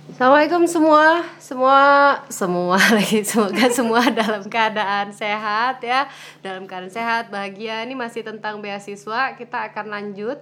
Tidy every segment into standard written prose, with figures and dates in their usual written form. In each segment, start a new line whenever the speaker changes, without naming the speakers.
Assalamualaikum semua lagi. Semoga semua dalam keadaan sehat ya, dalam keadaan sehat, bahagia. Ini masih tentang beasiswa. Kita akan lanjut.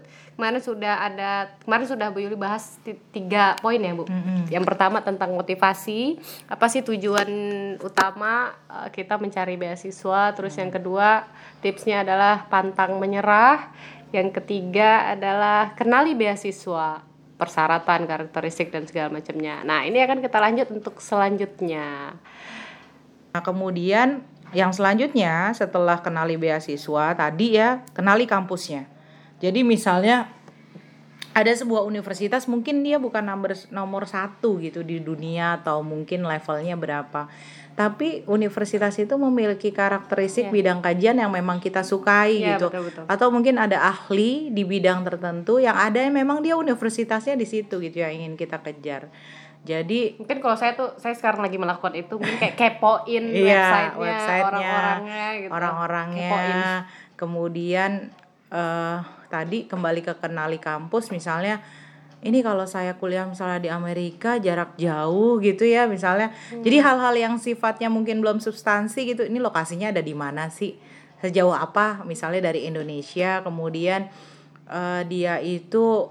Kemarin sudah Bu Yuli bahas 3 poin ya Bu. Yang pertama tentang motivasi. Apa sih tujuan utama kita mencari beasiswa? Terus yang kedua tipsnya adalah pantang menyerah. Yang ketiga adalah kenali beasiswa, persyaratan, karakteristik dan segala macamnya. Nah, ini akan kita lanjut untuk selanjutnya.
Nah, kemudian yang selanjutnya setelah kenali beasiswa tadi ya, kenali kampusnya. Jadi misalnya ada sebuah universitas mungkin dia bukan nomor 1 gitu di dunia atau mungkin levelnya berapa. Tapi universitas itu memiliki karakteristik bidang kajian yang memang kita sukai gitu.
Betul.
Atau mungkin ada ahli di bidang tertentu yang ada yang memang dia universitasnya di situ gitu yang ingin kita kejar. Jadi
mungkin kalau saya sekarang lagi melakukan itu mungkin kayak kepoin websitenya,
orang-orangnya.
Kepoin.
Kemudian tadi kembali ke kenali kampus, misalnya ini kalau saya kuliah misalnya di Amerika jarak jauh gitu ya misalnya. Jadi hal-hal yang sifatnya mungkin belum substansi gitu, ini lokasinya ada di mana sih, sejauh apa misalnya dari Indonesia. Kemudian dia itu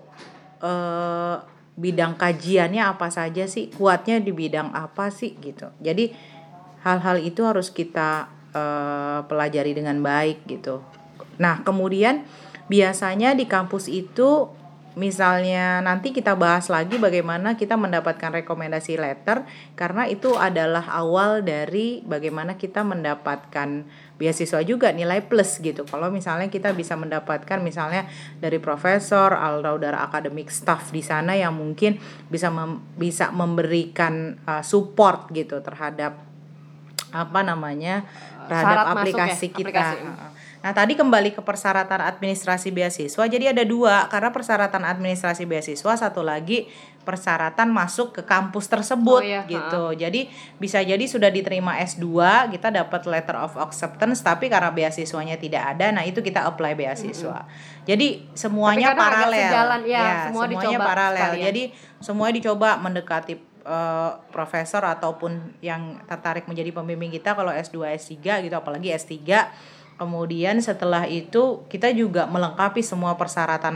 bidang kajiannya apa saja sih, kuatnya di bidang apa sih gitu. Jadi hal-hal itu harus kita pelajari dengan baik gitu. Nah kemudian biasanya di kampus itu misalnya nanti kita bahas lagi bagaimana kita mendapatkan rekomendasi letter, karena itu adalah awal dari bagaimana kita mendapatkan beasiswa juga, nilai plus gitu. Kalau misalnya kita bisa mendapatkan misalnya dari profesor atau dari academic staff di sana yang mungkin bisa memberikan support gitu terhadap terhadap aplikasi kita. Nah tadi kembali ke persyaratan administrasi beasiswa. Jadi ada 2, karena persyaratan administrasi beasiswa, satu lagi persyaratan masuk ke kampus tersebut gitu. Jadi bisa jadi sudah diterima S2, kita dapat letter of acceptance, tapi karena beasiswanya tidak ada, nah itu kita apply beasiswa. Jadi semuanya paralel. Semuanya paralel. Jadi semuanya dicoba mendekati profesor ataupun yang tertarik menjadi pembimbing kita kalau S2, S3 gitu, apalagi S3. Kemudian setelah itu kita juga melengkapi semua persyaratan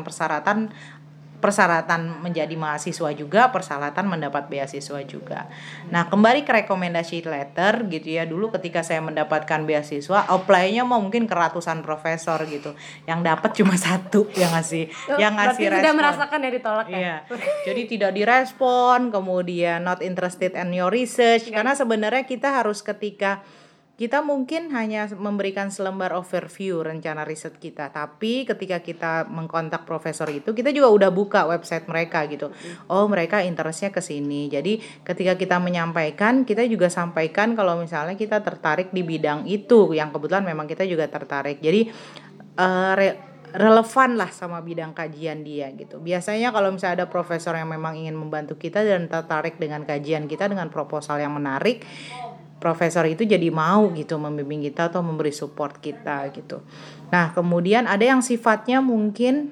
menjadi mahasiswa juga, persyaratan mendapat beasiswa juga. Nah kembali ke rekomendasi letter gitu ya, dulu ketika saya mendapatkan beasiswa, apply-nya mungkin ke ratusan profesor gitu, yang dapat cuma 1 yang ngasih respon.
Sudah merasakan ya ditolak ya?
Iya. Jadi tidak direspon, kemudian not interested in your research. Karena sebenarnya kita harus, ketika kita mungkin hanya memberikan selembar overview rencana riset kita, tapi ketika kita mengkontak profesor itu, kita juga udah buka website mereka gitu. Oh mereka interestnya ke sini. Jadi ketika kita menyampaikan, kita juga sampaikan kalau misalnya kita tertarik di bidang itu, yang kebetulan memang kita juga tertarik. Jadi relevan lah sama bidang kajian dia gitu. Biasanya kalau misalnya ada profesor yang memang ingin membantu kita dan tertarik dengan kajian kita dengan proposal yang menarik, profesor itu jadi mau gitu membimbing kita atau memberi support kita gitu. Nah kemudian ada yang sifatnya mungkin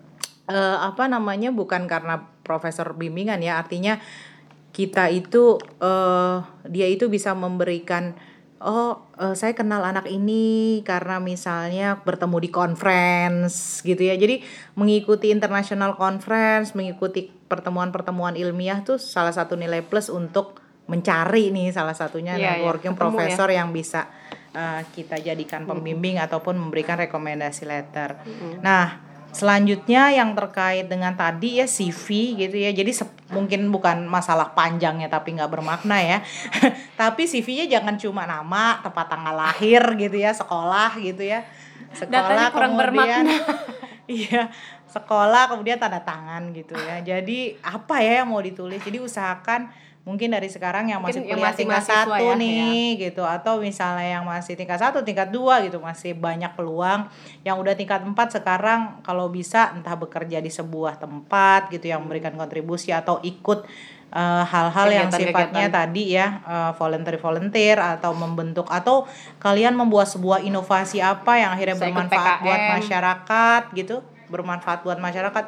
bukan karena profesor bimbingan ya, artinya kita itu dia itu bisa memberikan saya kenal anak ini karena misalnya bertemu di conference gitu ya. Jadi mengikuti international conference, mengikuti pertemuan-pertemuan ilmiah tuh salah satu nilai plus untuk mencari nih salah satunya networking profesor yang bisa kita jadikan pembimbing ataupun memberikan rekomendasi letter. Nah selanjutnya yang terkait dengan tadi ya CV gitu ya. Jadi mungkin bukan masalah panjangnya tapi nggak bermakna ya. Tapi CV-nya jangan cuma nama, tempat tanggal lahir gitu ya, sekolah gitu ya.
Datanya kurang bermakna.
Iya, sekolah kemudian tanda tangan gitu ya. Jadi apa ya yang mau ditulis? Jadi usahakan mungkin dari sekarang yang masih kuliah tingkat 1 nih gitu, atau misalnya yang masih tingkat 1, tingkat 2 gitu, masih banyak peluang. Yang udah tingkat 4 sekarang kalau bisa entah bekerja di sebuah tempat gitu yang memberikan kontribusi atau ikut hal-hal yang sifatnya tadi ya volunteer atau membentuk, atau kalian membuat sebuah inovasi apa yang akhirnya bermanfaat buat masyarakat gitu, bermanfaat buat masyarakat.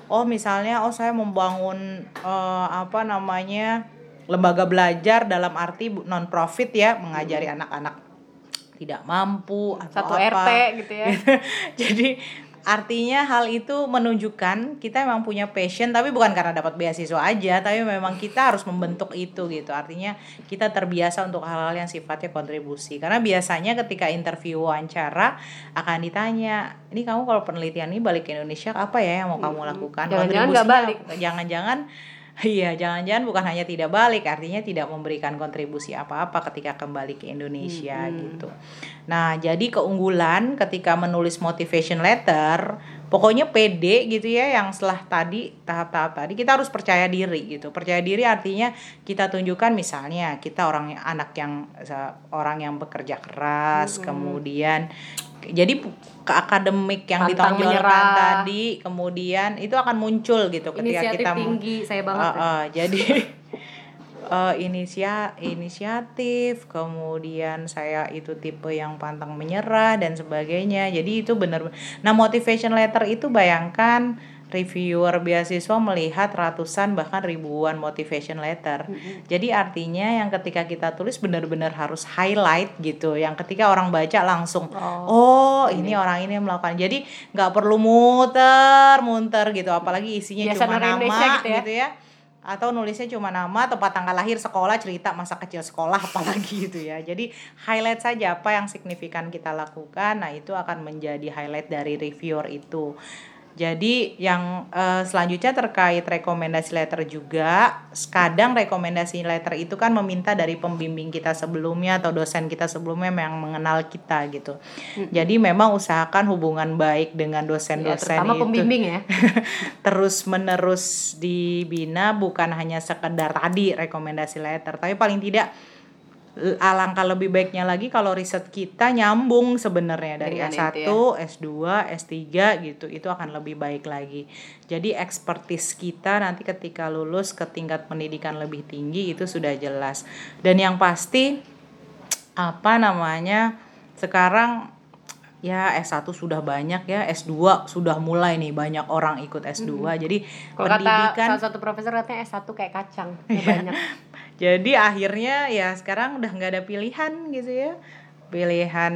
oh misalnya oh saya membangun apa namanya lembaga belajar dalam arti non profit ya, mengajari anak-anak tidak mampu atau
Satu
apa
RT gitu ya.
jadi artinya hal itu menunjukkan kita memang punya passion, tapi bukan karena dapat beasiswa aja, tapi memang kita harus membentuk itu gitu. Artinya kita terbiasa untuk hal-hal yang sifatnya kontribusi. Karena biasanya ketika interview wawancara akan ditanya, ini kamu kalau penelitian ini balik ke Indonesia apa ya yang mau kamu lakukan?
Jangan-jangan nggak balik.
Jangan-jangan iya, jangan-jangan bukan hanya tidak balik, artinya tidak memberikan kontribusi apa-apa ketika kembali ke Indonesia gitu. Nah, jadi keunggulan ketika menulis motivation letter, pokoknya pede gitu ya, yang setelah tadi tahap-tahap tadi kita harus percaya diri gitu. Percaya diri artinya kita tunjukkan misalnya kita orang yang bekerja keras, kemudian jadi ke akademik yang
Pantang
ditonjolkan
menyerah.
tadi, kemudian itu akan muncul gitu ketika
Inisiatif
kita
tinggi, saya banget.
jadi inisiatif, kemudian saya itu tipe yang pantang menyerah dan sebagainya. Jadi itu benar. Nah, motivation letter itu bayangkan reviewer beasiswa melihat ratusan bahkan ribuan motivation letter. Jadi artinya yang ketika kita tulis benar-benar harus highlight gitu. Yang ketika orang baca langsung ini orang ini yang melakukan. Jadi nggak perlu muter gitu. Apalagi isinya
Biasa
cuma
orang
nama
Indonesia
gitu ya. Atau nulisnya cuma nama, tempat tanggal lahir, sekolah, cerita masa kecil sekolah, apalagi gitu ya. Jadi highlight saja apa yang signifikan kita lakukan. Nah, itu akan menjadi highlight dari reviewer itu. Jadi yang selanjutnya terkait rekomendasi letter juga, kadang rekomendasi letter itu kan meminta dari pembimbing kita sebelumnya atau dosen kita sebelumnya yang mengenal kita gitu. Jadi memang usahakan hubungan baik dengan dosen-dosen
terutama
itu
pembimbing ya.
terus menerus dibina, bukan hanya sekedar tadi rekomendasi letter, tapi paling tidak alangkah lebih baiknya lagi kalau riset kita nyambung sebenarnya dari
Dengan
S1,
itu ya.
S2, S3 gitu, itu akan lebih baik lagi. Jadi expertise kita nanti ketika lulus ke tingkat pendidikan lebih tinggi itu sudah jelas. Dan yang pasti sekarang ya S1 sudah banyak ya, S2 sudah mulai nih banyak orang ikut S2. Jadi
Kalau kata salah satu profesor katanya S1 kayak kacang, banyak.
Jadi akhirnya ya sekarang udah nggak ada pilihan gitu ya. Pilihan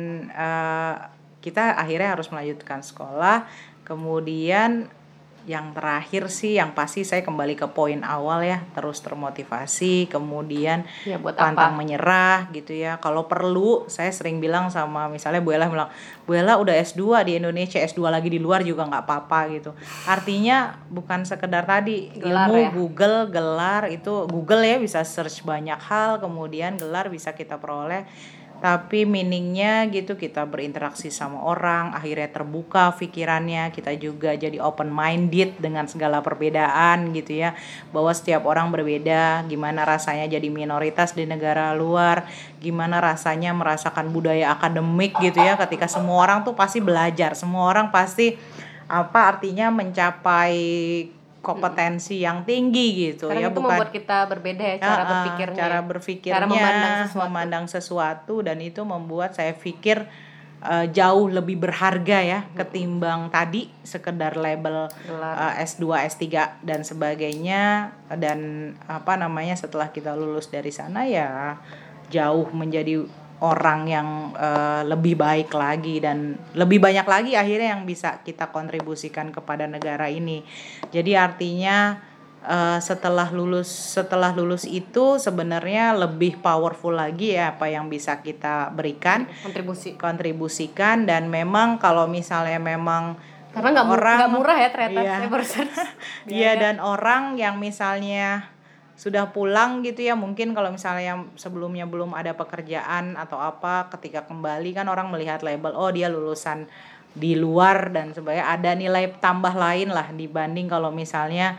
kita akhirnya harus melanjutkan sekolah. Kemudian yang terakhir sih yang pasti saya kembali ke poin awal ya, terus termotivasi, kemudian
Ya, buat
pantang
apa?
menyerah gitu ya. Kalau perlu saya sering bilang sama misalnya Bu Ella bilang, Bu Ella udah S2 di Indonesia, S2 lagi di luar juga nggak apa-apa gitu. Artinya bukan sekedar tadi
Gelar
ilmu
ya.
Google, gelar itu Google ya bisa search banyak hal, kemudian gelar bisa kita peroleh. Tapi meaningnya gitu, kita berinteraksi sama orang, akhirnya terbuka pikirannya, kita juga jadi open minded dengan segala perbedaan gitu ya, bahwa setiap orang berbeda, gimana rasanya jadi minoritas di negara luar, gimana rasanya merasakan budaya akademik gitu ya, ketika semua orang tuh pasti belajar, semua orang pasti artinya mencapai kompetensi yang tinggi gitu.
Karena
ya
itu
bukan
membuat kita berbeda ya cara berpikirnya.
cara
ya.
berpikirnya,
Cara memandang sesuatu.
dan itu membuat saya pikir jauh lebih berharga ya ketimbang tadi sekedar label S2, S3 dan sebagainya. Dan setelah kita lulus dari sana ya jauh menjadi orang yang lebih baik lagi dan lebih banyak lagi akhirnya yang bisa kita kontribusikan kepada negara ini. Jadi artinya setelah lulus itu sebenarnya lebih powerful lagi ya apa yang bisa kita berikan, kontribusikan. Dan memang kalau misalnya memang
karena nggak murah ya ternyata, saya baru
iya, dan orang yang misalnya sudah pulang gitu ya, mungkin kalau misalnya yang sebelumnya belum ada pekerjaan atau apa, ketika kembali kan orang melihat label, oh dia lulusan di luar dan sebagainya, ada nilai tambah lain lah dibanding kalau misalnya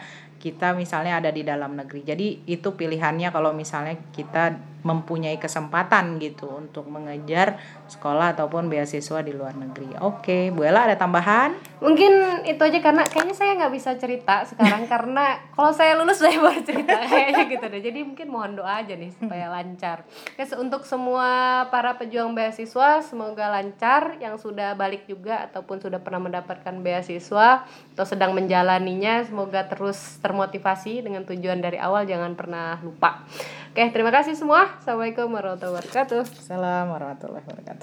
kita misalnya ada di dalam negeri. Jadi itu pilihannya kalau misalnya kita mempunyai kesempatan gitu untuk mengejar sekolah ataupun beasiswa di luar negeri. Oke, Bu Ella ada tambahan?
Mungkin itu aja, karena kayaknya saya nggak bisa cerita sekarang karena kalau saya lulus saya baru cerita kayaknya gitu deh. Jadi mungkin mohon doa aja nih supaya lancar. Oke, untuk semua para pejuang beasiswa semoga lancar, yang sudah balik juga ataupun sudah pernah mendapatkan beasiswa atau sedang menjalaninya semoga terus termotivasi dengan tujuan dari awal, jangan pernah lupa. Oke, terima kasih semua. Assalamualaikum warahmatullahi wabarakatuh.
Assalamualaikum warahmatullahi wabarakatuh.